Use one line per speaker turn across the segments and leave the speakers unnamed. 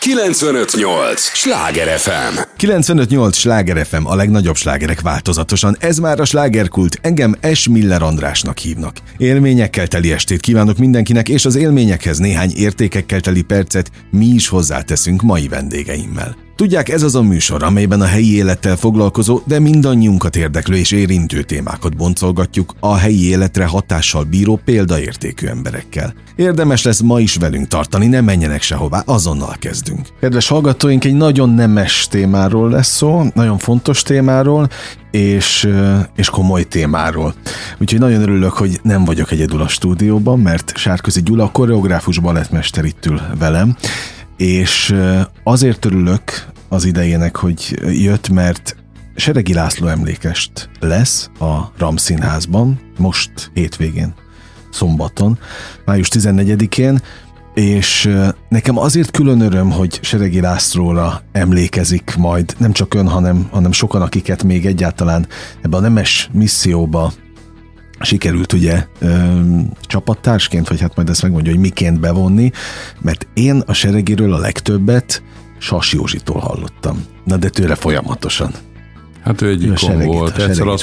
95.8 Sláger FM.
95.8 Sláger FM, a legnagyobb slágerek változatosan. Ez már a slágerkult. Engem S. Miller Andrásnak hívnak. Élményekkel teli estét kívánok mindenkinek, és az élményekhez néhány értékekkel teli percet mi is hozzáteszünk mai vendégeimmel. Tudják, ez az a műsor, amelyben a helyi élettel foglalkozó, de mindannyiunkat érdeklő és érintő témákat boncolgatjuk a helyi életre hatással bíró példaértékű emberekkel. Érdemes lesz ma is velünk tartani, ne menjenek sehová, azonnal kezdünk. Kedves hallgatóink, egy nagyon nemes témáról lesz szó, nagyon fontos témáról, és komoly témáról. Úgyhogy nagyon örülök, hogy nem vagyok egyedül a stúdióban, mert Sárközi Gyula, a koreográfus, balettmester itt ül velem, és azért örülök az idejének, hogy jött, mert Seregi László emlékest lesz a RAM Színházban, most hétvégén, szombaton, május 14-én, és nekem azért külön öröm, hogy Seregi Lászlóra emlékezik majd nem csak ön, hanem sokan, akiket még egyáltalán ebbe a nemes misszióba sikerült ugye csapattársként, vagy hát majd ezt megmondja, hogy miként bevonni, mert én a Seregiről a legtöbbet Sas Józsitól hallottam. Na de tőle folyamatosan.
Hát ő egy ikon volt.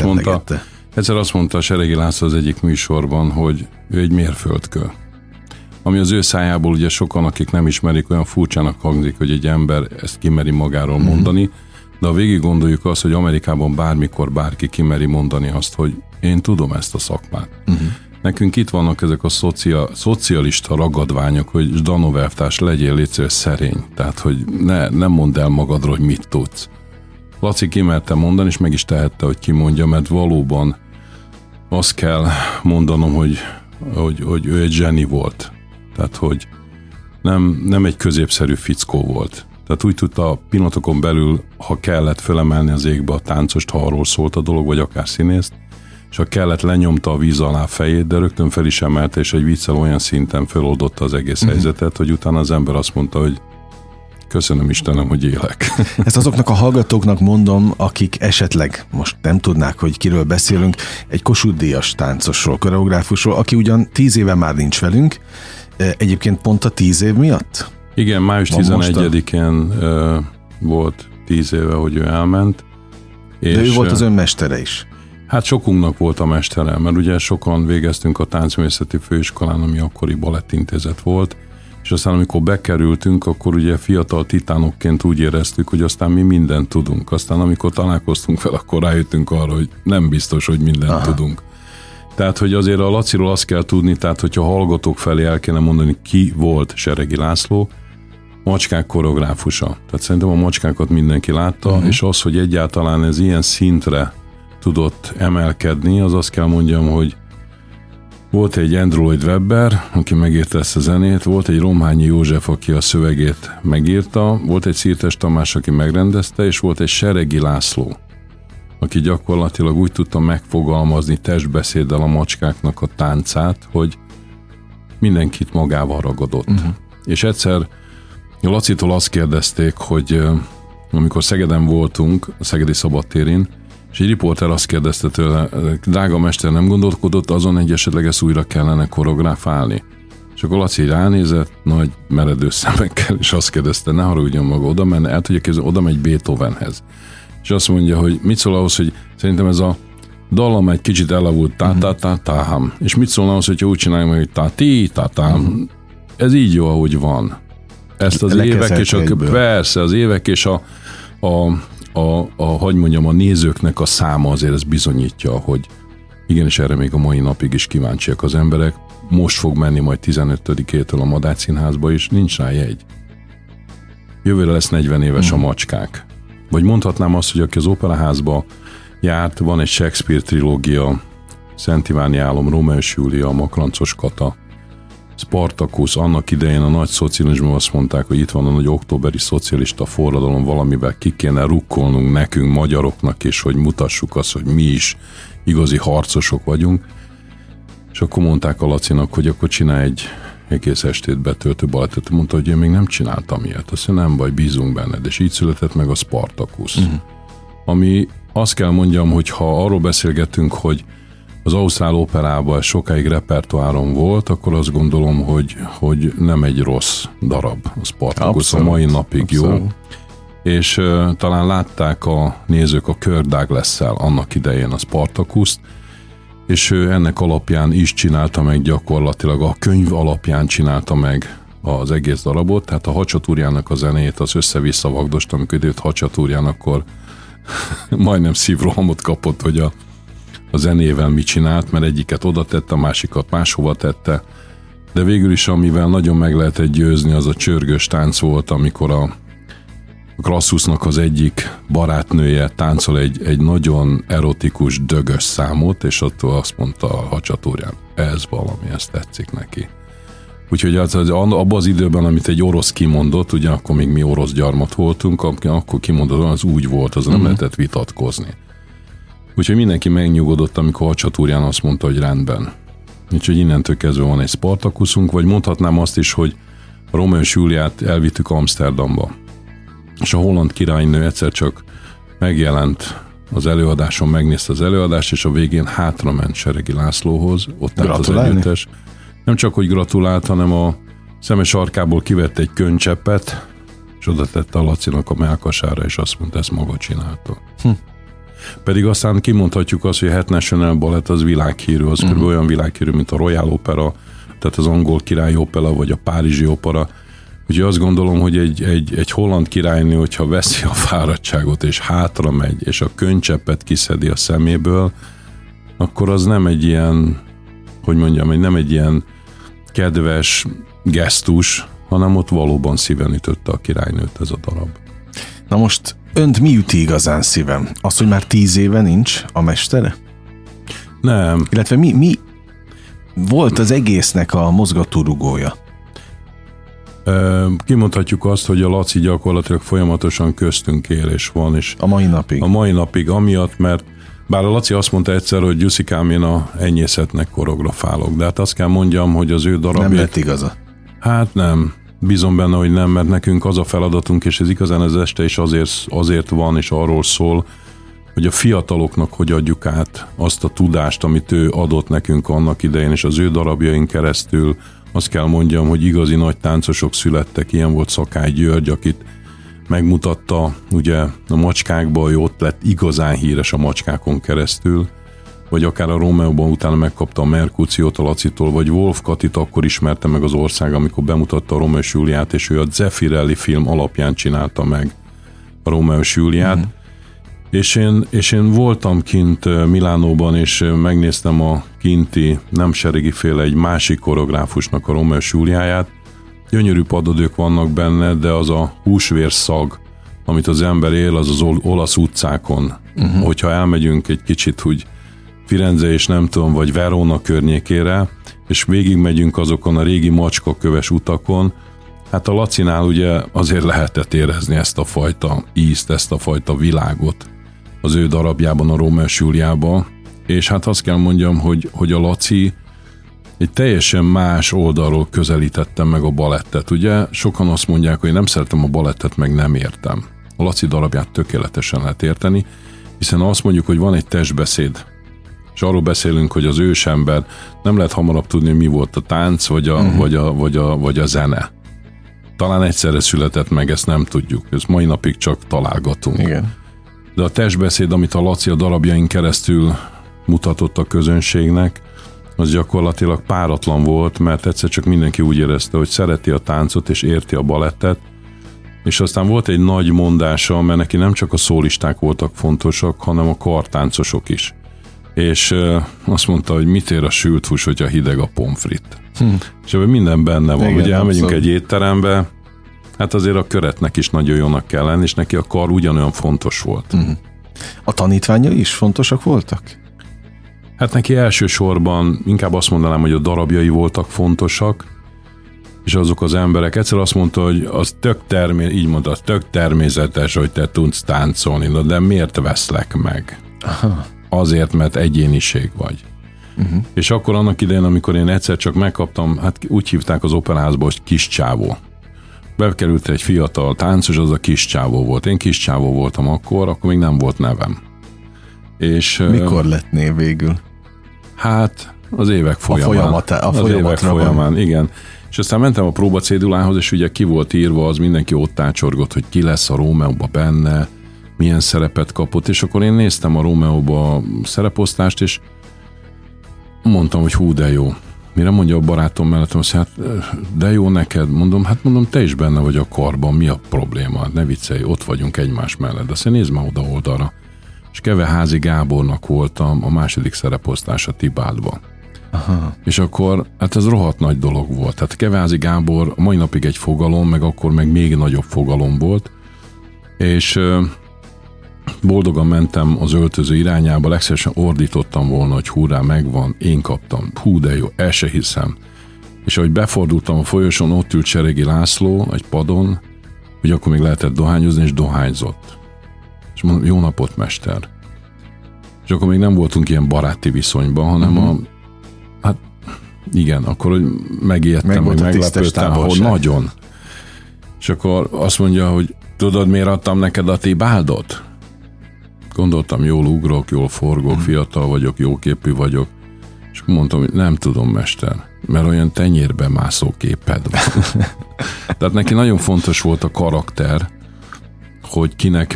Egyszer azt mondta a Seregi László az egyik műsorban, hogy ő egy mérföldkő. Ami az ő szájából ugye sokan, akik nem ismerik, olyan furcsának hangzik, hogy egy ember ezt kimeri magáról mondani, de ha végig gondoljuk azt, hogy Amerikában bármikor bárki kimeri mondani azt, hogy én tudom ezt a szakmát. Nekünk itt vannak ezek a szocialista ragadványok, hogy Zdanov elvtárs, legyél létszős szerény. Tehát, hogy ne mondd el magadról, hogy mit tudsz. Laci kimerte mondani, és meg is tehette, hogy kimondja, mert valóban azt kell mondanom, hogy ő egy zseni volt. Tehát, hogy nem egy középszerű fickó volt. Tehát úgy tudta a pillanatokon belül, ha kellett fölemelni az égbe a táncost, ha arról szólt a dolog, vagy akár színészt, és ha kellett, lenyomta a víz alá fejét, de rögtön fel is emelte, és egy viccel olyan szinten feloldotta az egész helyzetet, hogy utána az ember azt mondta, hogy köszönöm Istenem, hogy élek.
Ezt azoknak a hallgatóknak mondom, akik esetleg most nem tudnák, hogy kiről beszélünk, egy Kossuth-díjas táncosról, koreográfusról, aki ugyan 10 éve már nincs velünk, egyébként pont a 10 év miatt?
Igen, május 11-én volt 10 éve, hogy ő elment.
De ő volt az önmestere is.
Hát sokunknak volt a mestere, mert ugye sokan végeztünk a Táncművészeti Főiskolán, ami akkori balettintézet volt, és aztán amikor bekerültünk, akkor ugye fiatal titánokként úgy éreztük, hogy aztán mi mindent tudunk. Aztán amikor találkoztunk fel, akkor rájöttünk arra, hogy nem biztos, hogy mindent tudunk. Tehát, hogy azért a Laciról azt kell tudni, tehát, hogyha hallgatók felé el kéne mondani, ki volt Seregi László, Macskák koreográfusa. Tehát szerintem a Macskákat mindenki látta, és az, hogy egyáltalán ez ilyen szintre tudott emelkedni, az azt kell mondjam, hogy volt egy Andrew Lloyd Webber, aki megírta ezt a zenét, volt egy Romhányi József, aki a szövegét megírta, volt egy Szirtes Tamás, aki megrendezte, és volt egy Seregi László, aki gyakorlatilag úgy tudta megfogalmazni testbeszéddel a macskáknak a táncát, hogy mindenkit magával ragadott. És egyszer Lacitól azt kérdezték, hogy amikor Szegeden voltunk, a Szegedi Szabadtérin, és egy riporter azt kérdezte tőle, drága mester, nem gondolkodott azon, hogy esetleg ezt újra kellene koreográfálni? És akkor Laci ránézett nagy meredő szemekkel, és azt kérdezte, ne haragudjon maga, oda menne, el tudja képzelni, oda megy Beethovenhez. És azt mondja, hogy mit szól ahhoz, hogy szerintem ez a dallam egy kicsit elavult, tá-tá-tá-tá-ham. És mit szól ahhoz, hogyha úgy csináljuk meg, hogy tá-tí-tá-tám. Ez így jó, ahogy van. Ezt az évek és persze, az évek és hogy mondjam, a nézőknek a száma azért ez bizonyítja, hogy igenis erre még a mai napig is kíváncsiak az emberek. Most fog menni majd 15-től a Madách Színházba is, nincs rá jegy. Jövőre lesz 40 éves a Macskák. Vagy mondhatnám azt, hogy aki az Operaházba járt, van egy Shakespeare trilógia, Szent Iváni álom, Rómeó és Júlia, Makrancos Kata, Spartacus, annak idején a nagy szocializmusban azt mondták, hogy itt van a nagy októberi szocialista forradalom, valamivel ki kéne rukkolnunk nekünk, magyaroknak, és hogy mutassuk azt, hogy mi is igazi harcosok vagyunk. És akkor mondták a Lacinak, hogy akkor csinálj egy egész estét betöltő balettet. Mondta, hogy én még nem csináltam ilyet. Azt mondja, nem baj, bízunk benned. És így született meg a Spartacus. Ami azt kell mondjam, hogy ha arról beszélgetünk, hogy az Ausztrál Operában sokáig repertoáron volt, akkor azt gondolom, hogy nem egy rossz darab a Spartacus, a mai napig jó. És talán látták a nézők a Kirk Douglas-szel annak idején a Spartacust, és ő ennek alapján is csinálta meg gyakorlatilag, a könyv alapján csinálta meg az egész darabot, tehát a Hacsatúrjának a zenét az össze-vissza vagdost, amikor időt Hacsatúrján, akkor majdnem szívrohamot kapott, hogy a zenével mit csinált, mert egyiket oda tette, a másikat máshova tette, de végül is amivel nagyon meg lehetett győzni, az a csörgős tánc volt, amikor a Crassusnak az egyik barátnője táncol egy nagyon erotikus, dögös számot, és attól azt mondta a Hacsatúrján, ez valami, ez tetszik neki. Úgyhogy abban az időben, amit egy orosz kimondott, ugye akkor még mi orosz gyarmat voltunk, akkor kimondott, az úgy volt, az nem lehetett vitatkozni. Úgyhogy mindenki megnyugodott, amikor Hacsatúrján azt mondta, hogy rendben. Úgyhogy innentől kezdve van egy Spartacuszunk, vagy mondhatnám azt is, hogy a Rómeó és Júliát elvittük Amsterdamba. És a holland királynő egyszer csak megjelent az előadáson, megnézte az előadást, és a végén hátrament Seregi Lászlóhoz. Ott állt az együttes. Nem csak, hogy gratulált, hanem a szemes arkából kivett egy könycseppet, és oda tette a Lacinak a mellkasára, és azt mondta, ezt maga csinálta. Pedig aztán kimondhatjuk azt, hogy a Het National Ballet az világhírű, az kb. Olyan világhírű, mint a Royal Opera, tehát az angol királyi opera, vagy a párizsi opera. Úgyhogy azt gondolom, hogy egy holland királynő, hogyha veszi a fáradtságot, és hátra megy, és a könycseppet kiszedi a szeméből, akkor az nem egy ilyen, hogy mondjam, nem egy ilyen kedves gesztus, hanem ott valóban szíven ütötte a királynőt ez a darab.
Na most önt mi üti igazán szívem? Az, hogy már 10 éve nincs a mestere?
Nem.
Illetve mi volt az egésznek a mozgatórugója?
Kimondhatjuk azt, hogy a Laci gyakorlatilag folyamatosan köztünk él és van. És
a mai napig?
A mai napig, amiatt, mert bár a Laci azt mondta egyszer, hogy Gyuszikám, én a Enyészetnek koreografálok, de hát azt kell mondjam, hogy az ő darabját...
Nem lett igaza?
Hát nem. Bízom benne, hogy nem, mert nekünk az a feladatunk, és ez igazán az este is azért van, és arról szól, hogy a fiataloknak hogy adjuk át azt a tudást, amit ő adott nekünk annak idején, és az ő darabjaink keresztül azt kell mondjam, hogy igazi nagy táncosok születtek, ilyen volt Szakály György, akit megmutatta ugye a macskákban, hogy ott lett igazán híres a macskákon keresztül, vagy akár a Rómeóban utána megkapta a Mercuciót a Lacitól, vagy Wolf Katit akkor ismerte meg az ország, amikor bemutatta a Rómeó és Júliát, és ő a Zeffirelli film alapján csinálta meg a Rómeó és Júliát. És én voltam kint Milánóban, és megnéztem a kinti, nem Seregi féle, egy másik koreográfusnak a Rómeó és Júliáját. Gyönyörű padodők vannak benne, de az a húsvérszag, amit az ember él, az olasz utcákon. Hogyha elmegyünk egy kicsit úgy Firenze és nem tudom, vagy Verona környékére, és végigmegyünk azokon a régi macskaköves utakon, hát a Lacinál ugye azért lehetett érezni ezt a fajta ízt, ezt a fajta világot az ő darabjában, a Rómeó és Júliában, és hát azt kell mondjam, hogy a Laci egy teljesen más oldalról közelítette meg a balettet. Ugye sokan azt mondják, hogy nem szeretem a balettet, meg nem értem. A Laci darabját tökéletesen lehet érteni, hiszen azt mondjuk, hogy van egy testbeszéd, és arról beszélünk, hogy az ősember nem lehet hamarabb tudni, mi volt a tánc, vagy a zene. Talán egyszerre született meg, ezt nem tudjuk. Ezt mai napig csak találgatunk.
Igen.
De a testbeszéd, amit a Laci a darabjain keresztül mutatott a közönségnek, az gyakorlatilag páratlan volt, mert egyszer csak mindenki úgy érezte, hogy szereti a táncot és érti a balettet, és aztán volt egy nagy mondása, mert neki nem csak a szólisták voltak fontosak, hanem a kartáncosok is. És azt mondta, hogy mit ér a sült hús, hogyha hideg a pomfrit. És ebben minden benne van. Igen, ugye elmegyünk egy étterembe, hát azért a köretnek is nagyon jónak kell lenni, és neki a kar ugyanolyan fontos volt.
A tanítványai is fontosak voltak?
Hát neki elsősorban inkább azt mondanám, hogy a darabjai voltak fontosak, és azok az emberek. Egyszer azt mondta, hogy az tök természetes, hogy te tudsz táncolni, de miért veszlek meg? Aha. Azért, mert egyéniség vagy. És akkor annak idején, amikor én egyszer csak megkaptam, hát úgy hívták az operaházba, hogy kis csávó. Bekerült egy fiatal táncos, az a kis csávó volt. Én kis csávó voltam akkor még nem volt nevem. És,
mikor lett név végül?
Hát az évek folyamán.
Az évek folyamán,
igen. És aztán mentem a próbacédulához, és ugye ki volt írva, az mindenki ott ácsorgott, hogy ki lesz a Rómeóba benne, milyen szerepet kapott, és akkor én néztem a Rómeóba szereposztást, és mondtam, hogy hú, de jó. Mire mondja a barátom mellettem, azt hát de jó neked, mondom, te is benne vagy a karban, mi a probléma? Ne viccelj, ott vagyunk egymás mellett, de azt nézd már oldalra. És Keveházi Gábornak voltam a második szereposztás a Tibádba. Aha. És akkor, hát ez rohadt nagy dolog volt. Tehát Keveházi Gábor mai napig egy fogalom, meg akkor meg még nagyobb fogalom volt, és boldogan mentem az öltöző irányába, legszívesen ordítottam volna, hogy hurrá, megvan, én kaptam, hú de jó, el se hiszem. És ahogy befordultam a folyosón, ott ült Seregi László egy padon, hogy akkor még lehetett dohányozni, és dohányzott. És mondom, jó napot, mester. És akkor még nem voltunk ilyen baráti viszonyban, hanem hát igen, akkor hogy megijedtem, hogy meglepődtem, hogy nagyon. És akkor azt mondja, hogy tudod, miért adtam neked a Tibádot? Gondoltam, jól ugrok, jól forgok, fiatal vagyok, jóképű vagyok. És akkor mondtam, hogy nem tudom, mester, mert olyan tenyérbe mászó képed van. Tehát neki nagyon fontos volt a karakter, hogy kinek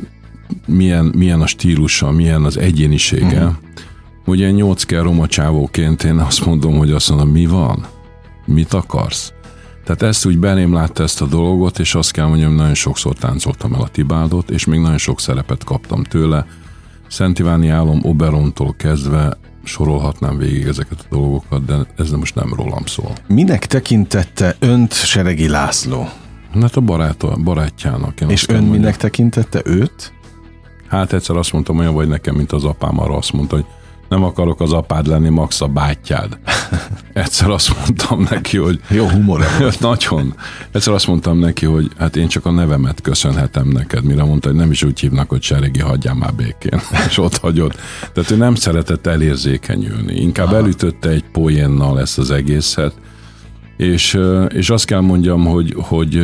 milyen a stílusa, milyen az egyénisége. Ugye 8 roma csávóként én azt mondom, hogy azt mondom, mi van? Mit akarsz? Tehát ezt úgy belém látta ezt a dolgot, és azt kell mondjam, nagyon sokszor táncoltam el a Tibádot, és még nagyon sok szerepet kaptam tőle. Szent Iváni Álom, Oberontól kezdve sorolhatnám végig ezeket a dolgokat, de ez most nem rólam szól.
Minek tekintette önt Seregi László?
Hát a barátjának.
És ön minek tekintette őt?
Hát egyszer azt mondtam, olyan vagy nekem, mint az apám, arra azt mondta, hogy nem akarok az apád lenni, max a bátyád. Egyszer azt mondtam neki, hogy...
Jó humor.
Nagyon. Egyszer azt mondtam neki, hogy hát én csak a nevemet köszönhetem neked, mire mondta, hogy nem is úgy hívnak, hogy Seregi, hagyjál már békén. És ott hagyott. Tehát ő nem szeretett elérzékenyülni. Inkább elütötte egy poénnal ezt az egészet. És azt kell mondjam, hogy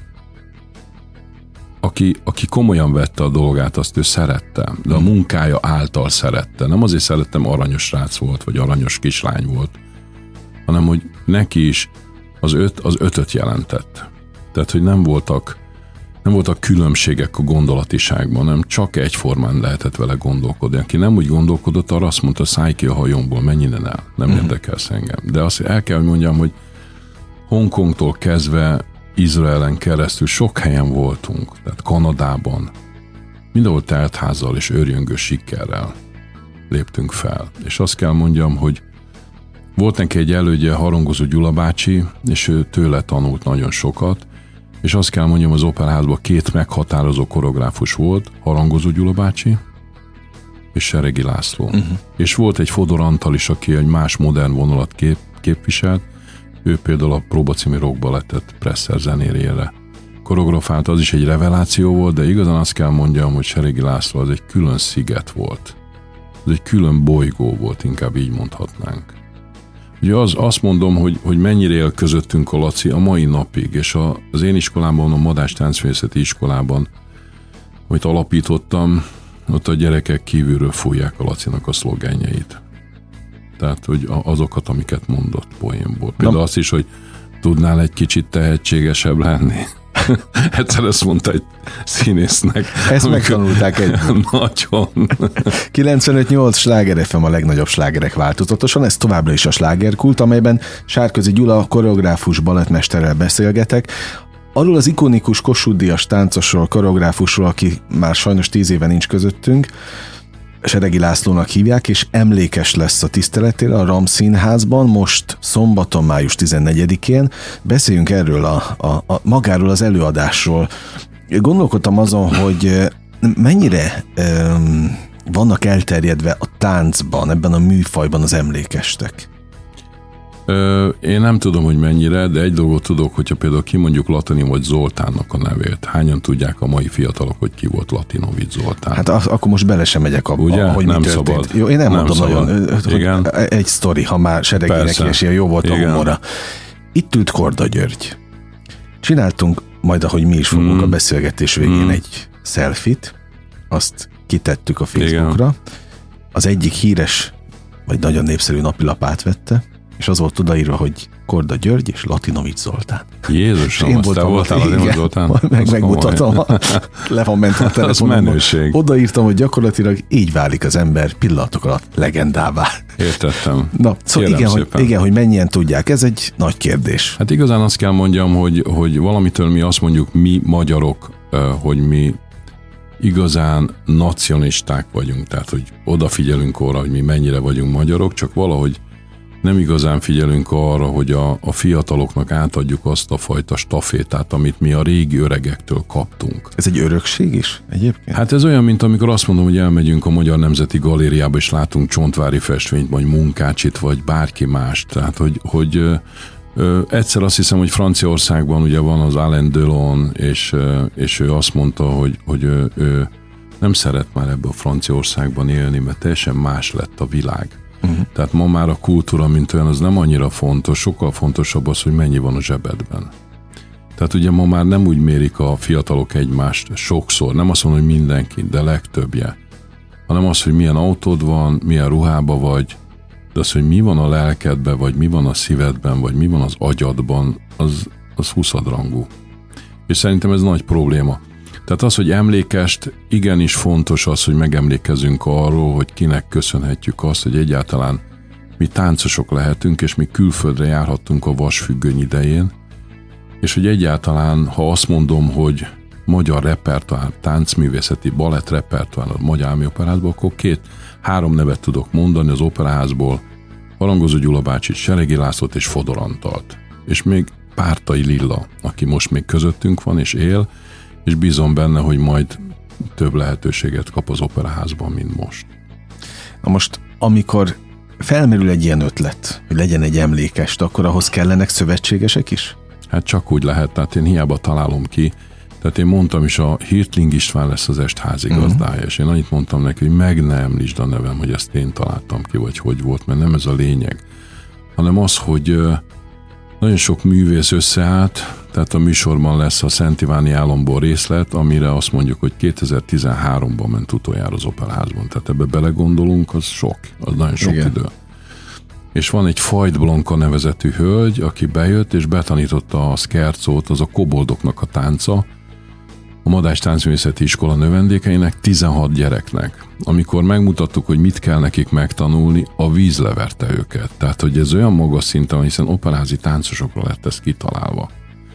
aki komolyan vette a dolgát, azt ő szerette, de a munkája által szerette. Nem azért szerettem, aranyos srác volt, vagy aranyos kislány volt, hanem hogy neki is az ötöt jelentett. Tehát, hogy nem voltak különbségek a gondolatiságban, hanem csak egyformán lehetett vele gondolkodni. Aki nem úgy gondolkodott, arra azt mondta, szállj ki a hajómból, menj innen el, nem érdekelsz engem. De azt el kell, hogy mondjam, hogy Hongkongtól kezdve Izraelen keresztül sok helyen voltunk, tehát Kanadában, mindenhol teltházzal és őrjöngő sikerrel léptünk fel. És azt kell mondjam, hogy volt neki egy elődje, Harangozó Gyula bácsi, és ő tőle tanult nagyon sokat, és azt kell mondjam, az Operaházban 2 meghatározó koreográfus volt, Harangozó Gyula bácsi és Seregi László. És volt egy Fodor Antal is, aki egy más modern vonalat képviselt, ő például a Próba című rockbalettet Presser zenérére koreografált, az is egy reveláció volt, de igazán azt kell mondjam, hogy Seregi László az egy külön sziget volt. Ez egy külön bolygó volt, inkább így mondhatnánk. Ugye azt mondom, hogy mennyire él közöttünk a Laci a mai napig, és az én iskolámban, a Madách Táncművészeti Iskolában, amit alapítottam, ott a gyerekek kívülről fújják a Lacinak a szlogenjeit. Tehát, hogy azokat, amiket mondott poénból. Például azt is, hogy tudnál egy kicsit tehetségesebb lenni. Egyszer ezt mondta egy színésznek.
Ezt megtanulták egyben.
Nagyon.
95.8 Sláger FM a legnagyobb slágerek változatosan, ez továbbra is a Slágerkult, amelyben Sárközi Gyula, koreográfus, balettmesterrel beszélgetek. Arról az ikonikus Kossuth-díjas táncosról, koreográfusról, aki már sajnos 10 éve nincs közöttünk, Seregi Lászlónak hívják, és emlékes lesz a tiszteletére a RAM Színházban, most szombaton, május 14-én. Beszéljünk erről a magáról az előadásról. Gondolkodtam azon, hogy mennyire vannak elterjedve a táncban, ebben a műfajban az emlékestek.
Én nem tudom, hogy mennyire, de egy dolgot tudok, hogyha például kimondjuk Latini vagy Zoltánnak a nevét. Hányan tudják a mai fiatalok, hogy ki volt Latinovics Zoltán?
Hát akkor most bele sem megyek abba, hogy
nem
mi történt.
Szabad.
Jó, én nem mondom
szabad.
Nagyon, egy sztori, ha már Sereginek kiesélye, jó volt a humora. Itt ült Korda György. Csináltunk, majd ahogy mi is fogunk a beszélgetés végén egy selfit, azt kitettük a Facebookra. Az egyik híres vagy nagyon népszerű napilap átvette, és az volt odaírva, hogy Korda György és Latinovics Zoltán.
Jézusom, azt te voltál Latinovics Zoltán?
Megmutatom, le van mentve a telefonomban. Odaírtam, hogy gyakorlatilag így válik az ember pillanatok alatt legendává.
Értettem.
Na, szóval igen, hogy mennyien tudják, ez egy nagy kérdés.
Hát igazán azt kell mondjam, hogy valamitől mi azt mondjuk, mi magyarok, hogy mi igazán nacionalisták vagyunk, tehát hogy odafigyelünk arra, hogy mi mennyire vagyunk magyarok, csak valahogy nem igazán figyelünk arra, hogy a fiataloknak átadjuk azt a fajta stafétát, amit mi a régi öregektől kaptunk.
Ez egy örökség is egyébként?
Hát ez olyan, mint amikor azt mondom, hogy elmegyünk a Magyar Nemzeti Galériába, és látunk Csontvári festményt, vagy Munkácsit, vagy bárki más. Tehát, hogy egyszer azt hiszem, hogy Franciaországban ugye van az Alain Delon, és ő azt mondta, hogy ő nem szeret már ebbe a Franciaországban élni, mert teljesen más lett a világ. Tehát ma már a kultúra, mint olyan, az nem annyira fontos, sokkal fontosabb az, hogy mennyi van a zsebedben. Tehát ugye ma már nem úgy mérik a fiatalok egymást sokszor, nem azt mondom, hogy mindenki, de legtöbbje, hanem az, hogy milyen autód van, milyen ruhába vagy, de az, hogy mi van a lelkedben, vagy mi van a szívedben, vagy mi van az agyadban, az huszadrangú. És szerintem ez nagy probléma. Tehát az, hogy emlékest, igenis fontos az, hogy megemlékezünk arról, hogy kinek köszönhetjük azt, hogy egyáltalán mi táncosok lehetünk, és mi külföldre járhattunk a vasfüggöny idején, és hogy egyáltalán, ha azt mondom, hogy magyar repertoár, táncművészeti, balett repertoár a Magyar Állami Operaházból, akkor 2-3 nevet tudok mondani az operaházból, Harangozó Gyula bácsit, Seregi Lászlót és Fodor Antalt. És még Pártai Lilla, aki most még közöttünk van és él, és bízom benne, hogy majd több lehetőséget kap az operaházban, mint most.
Na most, amikor felmerül egy ilyen ötlet, hogy legyen egy emlékest, akkor ahhoz kellenek szövetségesek is?
Hát csak úgy lehet, tehát én hiába találom ki. Tehát én mondtam is, a Hirtling István lesz az est házigazdája, és én annyit mondtam neki, hogy meg ne említsd a nevem, hogy ezt én találtam ki, vagy hogy volt, mert nem ez a lényeg, hanem az, hogy nagyon sok művész összeállt, tehát a műsorban lesz a Szent Iváni álomból részlet, amire azt mondjuk, hogy 2013-ban ment utoljára az operaházban. Tehát ebbe belegondolunk, az sok, az nagyon sok idő. És van egy Fajt Blanka nevezetű hölgy, aki bejött és betanította a szkercót, az a koboldoknak a tánca, a Madách Táncművészeti Iskola növendékeinek, 16 gyereknek. Amikor megmutattuk, hogy mit kell nekik megtanulni, a víz leverte őket. Tehát, hogy ez olyan magas szinten, hiszen operázi táncosokra lett ez kitalálva.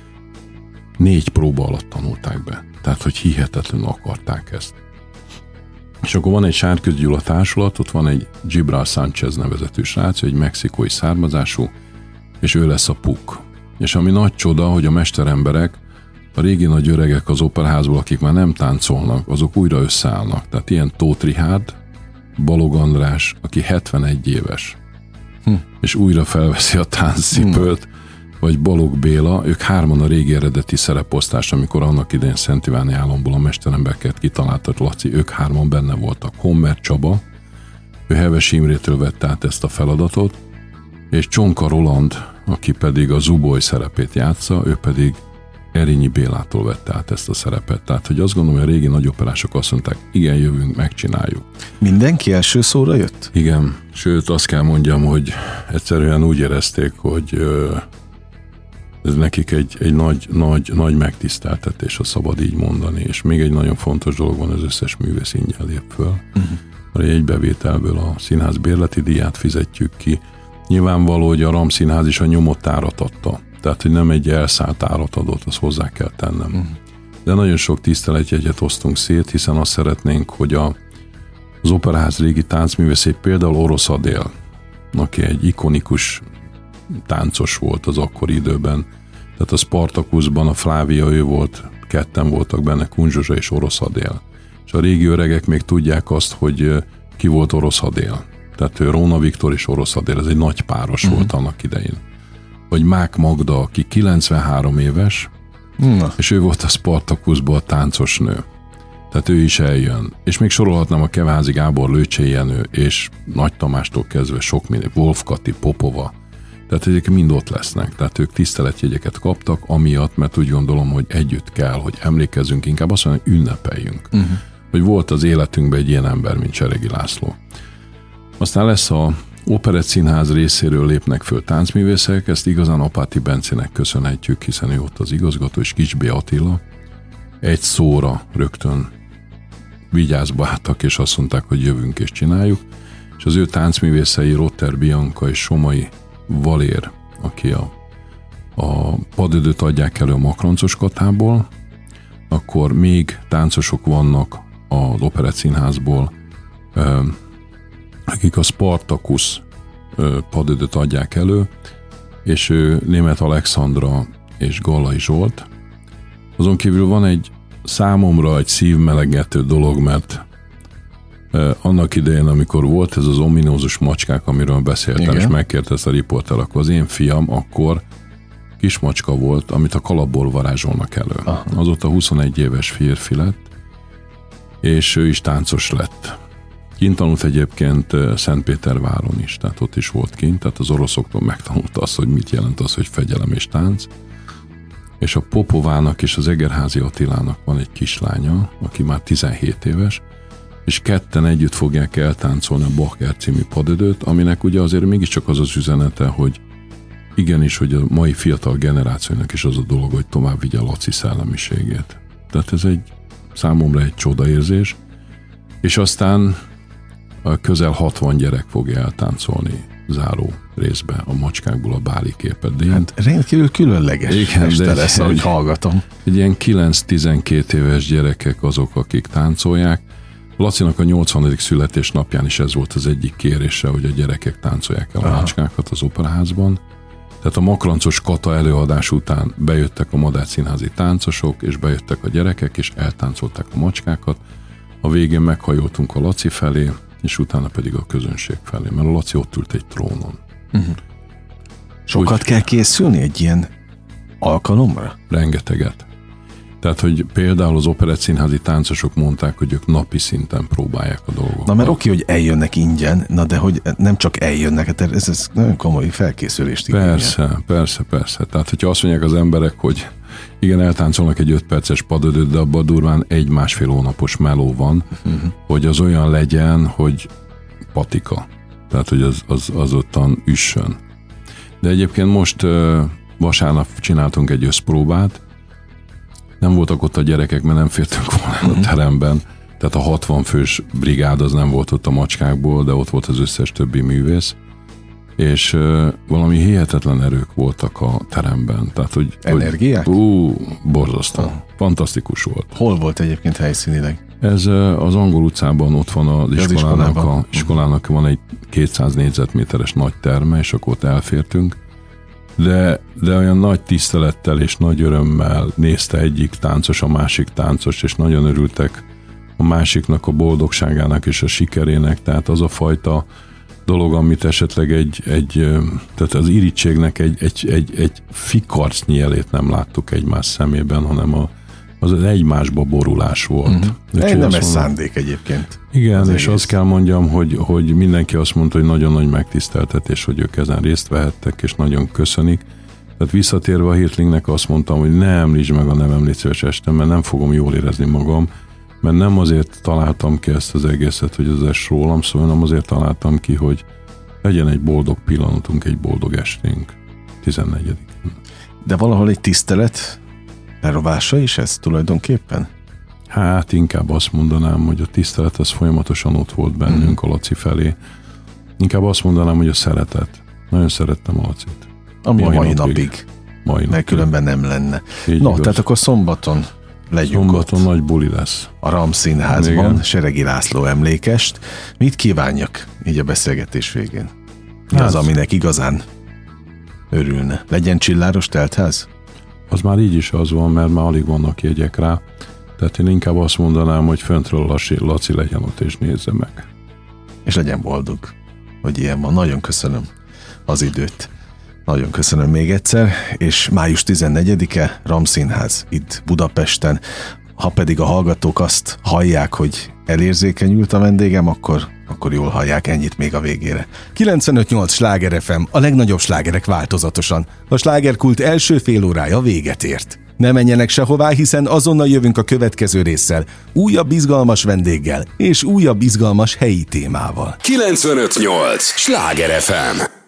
4 próba alatt tanulták be. Tehát, hogy hihetetlenül akarták ezt. És akkor van egy Sárközi Gyula társulat, ott van egy Gibral Sánchez nevezetű srác, egy mexikói származású, és ő lesz a Puk. És ami nagy csoda, hogy a mesteremberek, a régi nagy öregek az operaházból, akik már nem táncolnak, azok újra összeállnak. Tehát ilyen Tóth Richárd, Balog András, aki 71 éves, és újra felveszi a táncszipőt, vagy Balog Béla, ők 3 a régi eredeti szereposztás, amikor annak idején Szent Iváni álomból a mesterembereket kitaláltak, Laci, ők 3 benne voltak. Hommer Csaba, ő Heves Imrétől vette át ezt a feladatot, és Csonka Roland, aki pedig a Zuboly szerepét játsza, ő pedig Erényi Bélától vette át ezt a szerepet. Tehát, hogy azt gondolom, hogy a régi nagyoperások azt mondták, igen, jövünk, megcsináljuk. Mindenki első szóra jött? Igen, sőt azt kell mondjam, hogy egyszerűen úgy érezték, hogy ez nekik egy nagy megtiszteltetés, ha szabad így mondani, és még egy nagyon fontos dolog van, az összes művész ingyen lép föl. A jegybevételből a színház bérleti díját fizetjük ki. Nyilvánvaló, hogy a RAM Színház is a nyomott árat adta. Tehát, hogy nem egy elszállt árat adott, azt hozzá kell tennem. De nagyon sok tiszteletjegyet osztunk szét, hiszen azt szeretnénk, hogy az Operaház régi táncművészét, például Orosz Adél, aki egy ikonikus táncos volt az akkori időben. Tehát a Spartakuszban a Flávia ő volt, 2 voltak benne, Kun Zsuzsa és Orosz Adél. És a régi öregek még tudják azt, hogy ki volt Orosz Adél. Tehát Róna Viktor és Orosz Adél, ez egy nagy páros volt annak idején. Vagy Mák Magda, aki 93 éves, és ő volt a Spartakuszban a táncos nő. Tehát ő is eljön. És még sorolhatnám a Kevázi Gábor, Lőcsei Jenő, és Nagy Tamástól kezdve sok minden, Wolf Kati, Popova. Tehát ezek mind ott lesznek. Tehát ők tiszteletjegyeket kaptak, amiatt, mert úgy gondolom, hogy együtt kell, hogy emlékezzünk, inkább azt mondom, hogy ünnepeljünk. Hogy volt az életünkben egy ilyen ember, mint Seregi László. Aztán lesz a Operett Színház részéről lépnek föl táncművészek, ezt igazán Apáti Bencének köszönhetjük, hiszen ő ott az igazgató, és Kiss B. Attila egy szóra rögtön vigyázba álltak, és azt mondták, hogy jövünk és csináljuk, és az ő táncművészei Rotter Bianca és Somai Valér, aki a padödöt adják elő a Makroncos Katából, akkor még táncosok vannak az Operett Színházból, akik a Spartacus padödöt adják elő, és ő Németh Alexandra és Gallai Zsolt. Azon kívül van számomra egy szívmelegető dolog, mert annak idején, amikor volt ez az ominózus macskák, amiről beszéltem, igen, és megkérdezte a riporter, akkor az én fiam akkor kismacska volt, amit a kalapból varázsolnak elő. Aha. Azóta 21 éves férfi lett, és ő is táncos lett. Kint tanult egyébként Szentpéterváron is, tehát ott is volt kint, tehát az oroszoktól megtanulta azt, hogy mit jelent az, hogy fegyelem és tánc. És a Popovának és az Egerházy Attilának van egy kislánya, aki már 17 éves, és ketten együtt fogják eltáncolni a Bacher című padödöt, aminek ugye azért mégiscsak az az üzenete, hogy igenis, hogy a mai fiatal generációnak is az a dolog, hogy tovább vigye a Laci szellemiségét. Tehát ez számomra egy csodaérzés, és aztán közel 60 gyerek fogja eltáncolni záró részbe a macskákból a Báli képet. Hát
rendkívül különleges este lesz, ahogy hallgatom.
Egy ilyen 9-12 éves gyerekek azok, akik táncolják. Lacinak a 80. születésnapján is ez volt az egyik kérése, hogy a gyerekek táncolják el a macskákat az operaházban. Tehát a Makroncos Kata előadás után bejöttek a Madách Színházi táncosok, és bejöttek a gyerekek, és eltáncolták a macskákat. A végén meghajoltunk a Laci felé, és utána pedig a közönség felé, mert a Laci ott ült egy trónon. Uh-huh.
Sokat kell készülni egy ilyen alkalomra?
Rengeteget. Tehát, hogy például az Operett Színházi táncosok mondták, hogy ők napi szinten próbálják a dolgokat.
Na, mert oké, hogy eljönnek ingyen, na de hogy nem csak eljönnek, hát ez nagyon komoly felkészülést igényel.
Persze. Tehát, hogyha azt mondják az emberek, hogy igen, eltáncolnak egy 5 perces padödöt, de abban durván 1-1,5 hónapos meló van, hogy az olyan legyen, hogy patika. Tehát, hogy az ottan üssön. De egyébként most vasárnap csináltunk egy összpróbát, nem voltak ott a gyerekek, mert nem fértünk volna a teremben. Tehát a 60 fős brigád az nem volt ott a macskákból, de ott volt az összes többi művész. És valami hihetetlen erők voltak a teremben. Tehát, hogy
energiák?
Borzasztó. Fantasztikus volt.
Hol volt egyébként helyszínileg?
Ez az Angol utcában, ott van az iskolának van egy 200 négyzetméteres nagy terme, és akkor ott elfértünk. De olyan nagy tisztelettel és nagy örömmel nézte egyik táncos a másik táncos, és nagyon örültek a másiknak a boldogságának és a sikerének. Tehát az a fajta dolog, amit esetleg tehát az irítségnek egy fikarcnyi jelét nem láttuk egymás szemében, hanem az egymásba borulás volt.
Nem ez szándék egyébként.
Igen, és azt kell mondjam, hogy mindenki azt mondta, hogy nagyon nagy megtiszteltetés, hogy ők ezen részt vehettek, és nagyon köszönik. Tehát visszatérve a Hirtlingnek azt mondtam, hogy ne említsd meg a nevem, légy szíves este, mert nem fogom jól érezni magam, mert nem azért találtam ki ezt az egészet, hogy az es rólam szól, hanem azért találtam ki, hogy legyen egy boldog pillanatunk, egy boldog esténk 14-én.
De valahol egy tisztelet elrovása is ez tulajdonképpen?
Hát inkább azt mondanám, hogy a tisztelet az folyamatosan ott volt bennünk a Laci felé. Inkább azt mondanám, hogy a szeretet. Nagyon szerettem a Lacit.
Ami mai napig. Mert különben nem lenne. Tehát akkor szombaton legyünk
Szombaton ott. Nagy buli lesz.
A RAM Színházban, igen. Seregi László emlékest. Mit kívánjak így a beszélgetés végén? Mi az, aminek igazán örülne? Legyen csilláros teltház?
Az már így is az van, mert már alig vannak jegyek rá. Tehát én inkább azt mondanám, hogy föntről Laci legyen ott és nézze meg.
És legyen boldog, hogy ilyen van. Nagyon köszönöm az időt. Nagyon köszönöm még egyszer, és május 14-e RAM Színház itt Budapesten. Ha pedig a hallgatók azt hallják, hogy elérzékenyült a vendégem, akkor jól hallják, ennyit még a végére. 95.8 Sláger FM, a legnagyobb slágerek változatosan. A slágerkult első fél órája véget ért. Ne menjenek sehová, hiszen azonnal jövünk a következő résszel, újabb izgalmas vendéggel és újabb izgalmas helyi témával.
95.8 Sláger FM.